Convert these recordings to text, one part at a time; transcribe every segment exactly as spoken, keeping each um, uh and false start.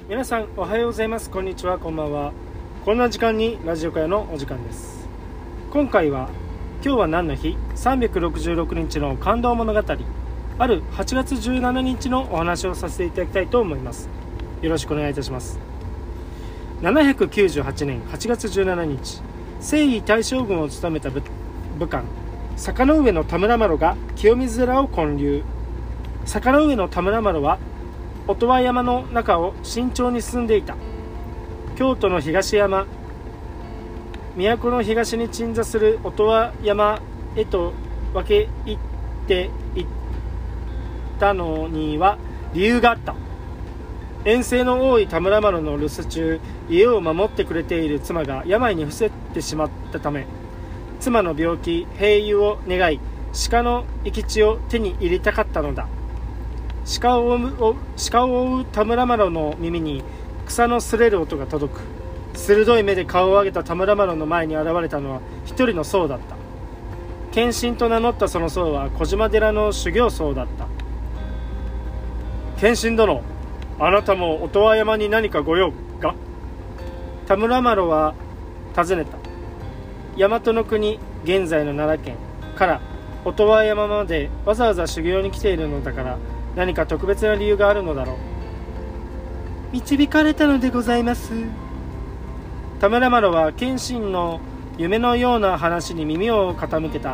皆さんおはようございます。こんにちは、こんばんは。こんな時間にラジオ会のお時間です。今回は今日は何の日さんびゃくろくじゅうろくにちの感動物語あるはちがつじゅうしちにちのお話をさせていただきたいと思います。よろしくお願いいたします。ななひゃくきゅうじゅうはちねんはちがつじゅうしちにち、征夷大将軍を務めた 武, 武官坂上田村麻呂が清水寺を建立。坂上田村麻呂は音羽山の中を慎重に進んでいた。京都の東山、都の東に鎮座する音羽山へと分け入っていったのには理由があった。遠征の多い田村麻呂の留守中、家を守ってくれている妻が病に伏せてしまったため、妻の病気平癒を願い、鹿の生き血を手に入れたかったのだ。鹿を追う、鹿を追う田村麻呂の耳に草の擦れる音が届く。鋭い目で顔を上げた田村麻呂の前に現れたのは一人の僧だった。謙信と名乗ったその僧は小島寺の修行僧だった。謙信殿、あなたも音羽山に何かご用か？田村麻呂は尋ねた。大和の国、現在の奈良県から音羽山までわざわざ修行に来ているのだから、何か特別な理由があるのだろう。導かれたのでございます。田村麻呂は謙信の夢のような話に耳を傾けた。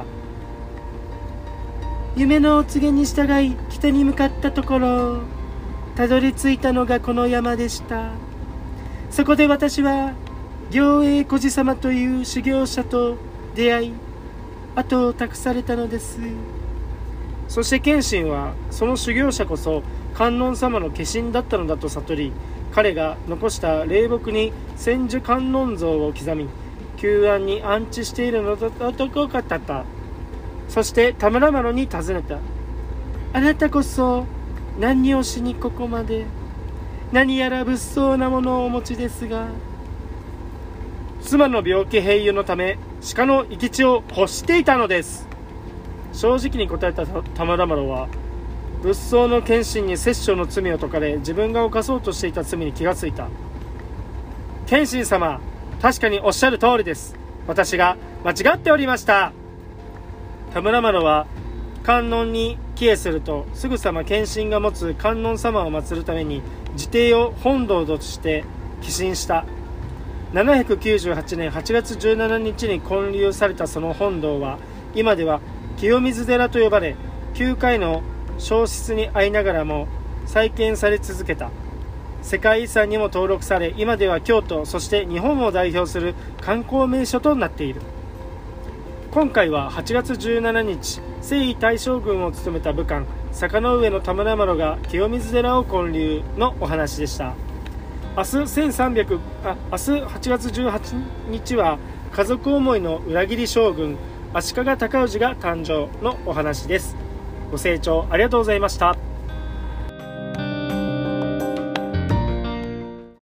夢のお告げに従い北に向かったところ、たどり着いたのがこの山でした。そこで私は行栄小路様という修行者と出会い、後を託されたのです。そして謙信はその修行者こそ観音様の化身だったのだと悟り、彼が残した霊木に千手観音像を刻み、救安に安置しているのだと語った。そして田村麻呂に尋ねた。あなたこそ何をしにここまで？何やら物騒なものをお持ちですが。妻の病気平癒のため鹿の生き血を欲していたのです。正直に答えた田村麻呂は、物騒の謙信に殺生の罪を解かれ、自分が犯そうとしていた罪に気がついた。謙信様、確かにおっしゃる通りです。私が間違っておりました。田村麻呂は観音に帰依すると、すぐさま謙信が持つ観音様を祀るために自邸を本堂として寄進した。ななひゃくきゅうじゅうはちねんはちがつじゅうしちにちに建立されたその本堂は、今では清水寺と呼ばれ、きゅうかいの焼失に遭いながらも再建され続けた。世界遺産にも登録され、今では京都、そして日本を代表する観光名所となっている。今回ははちがつじゅうしちにち、征夷大将軍を務めた武官坂上田村麻呂が清水寺を建立のお話でした。明日せんさんびゃくあ明日はちがつじゅうはちにちは家族思いの裏切り将軍足利尊氏が誕生のお話です。ご清聴ありがとうございました。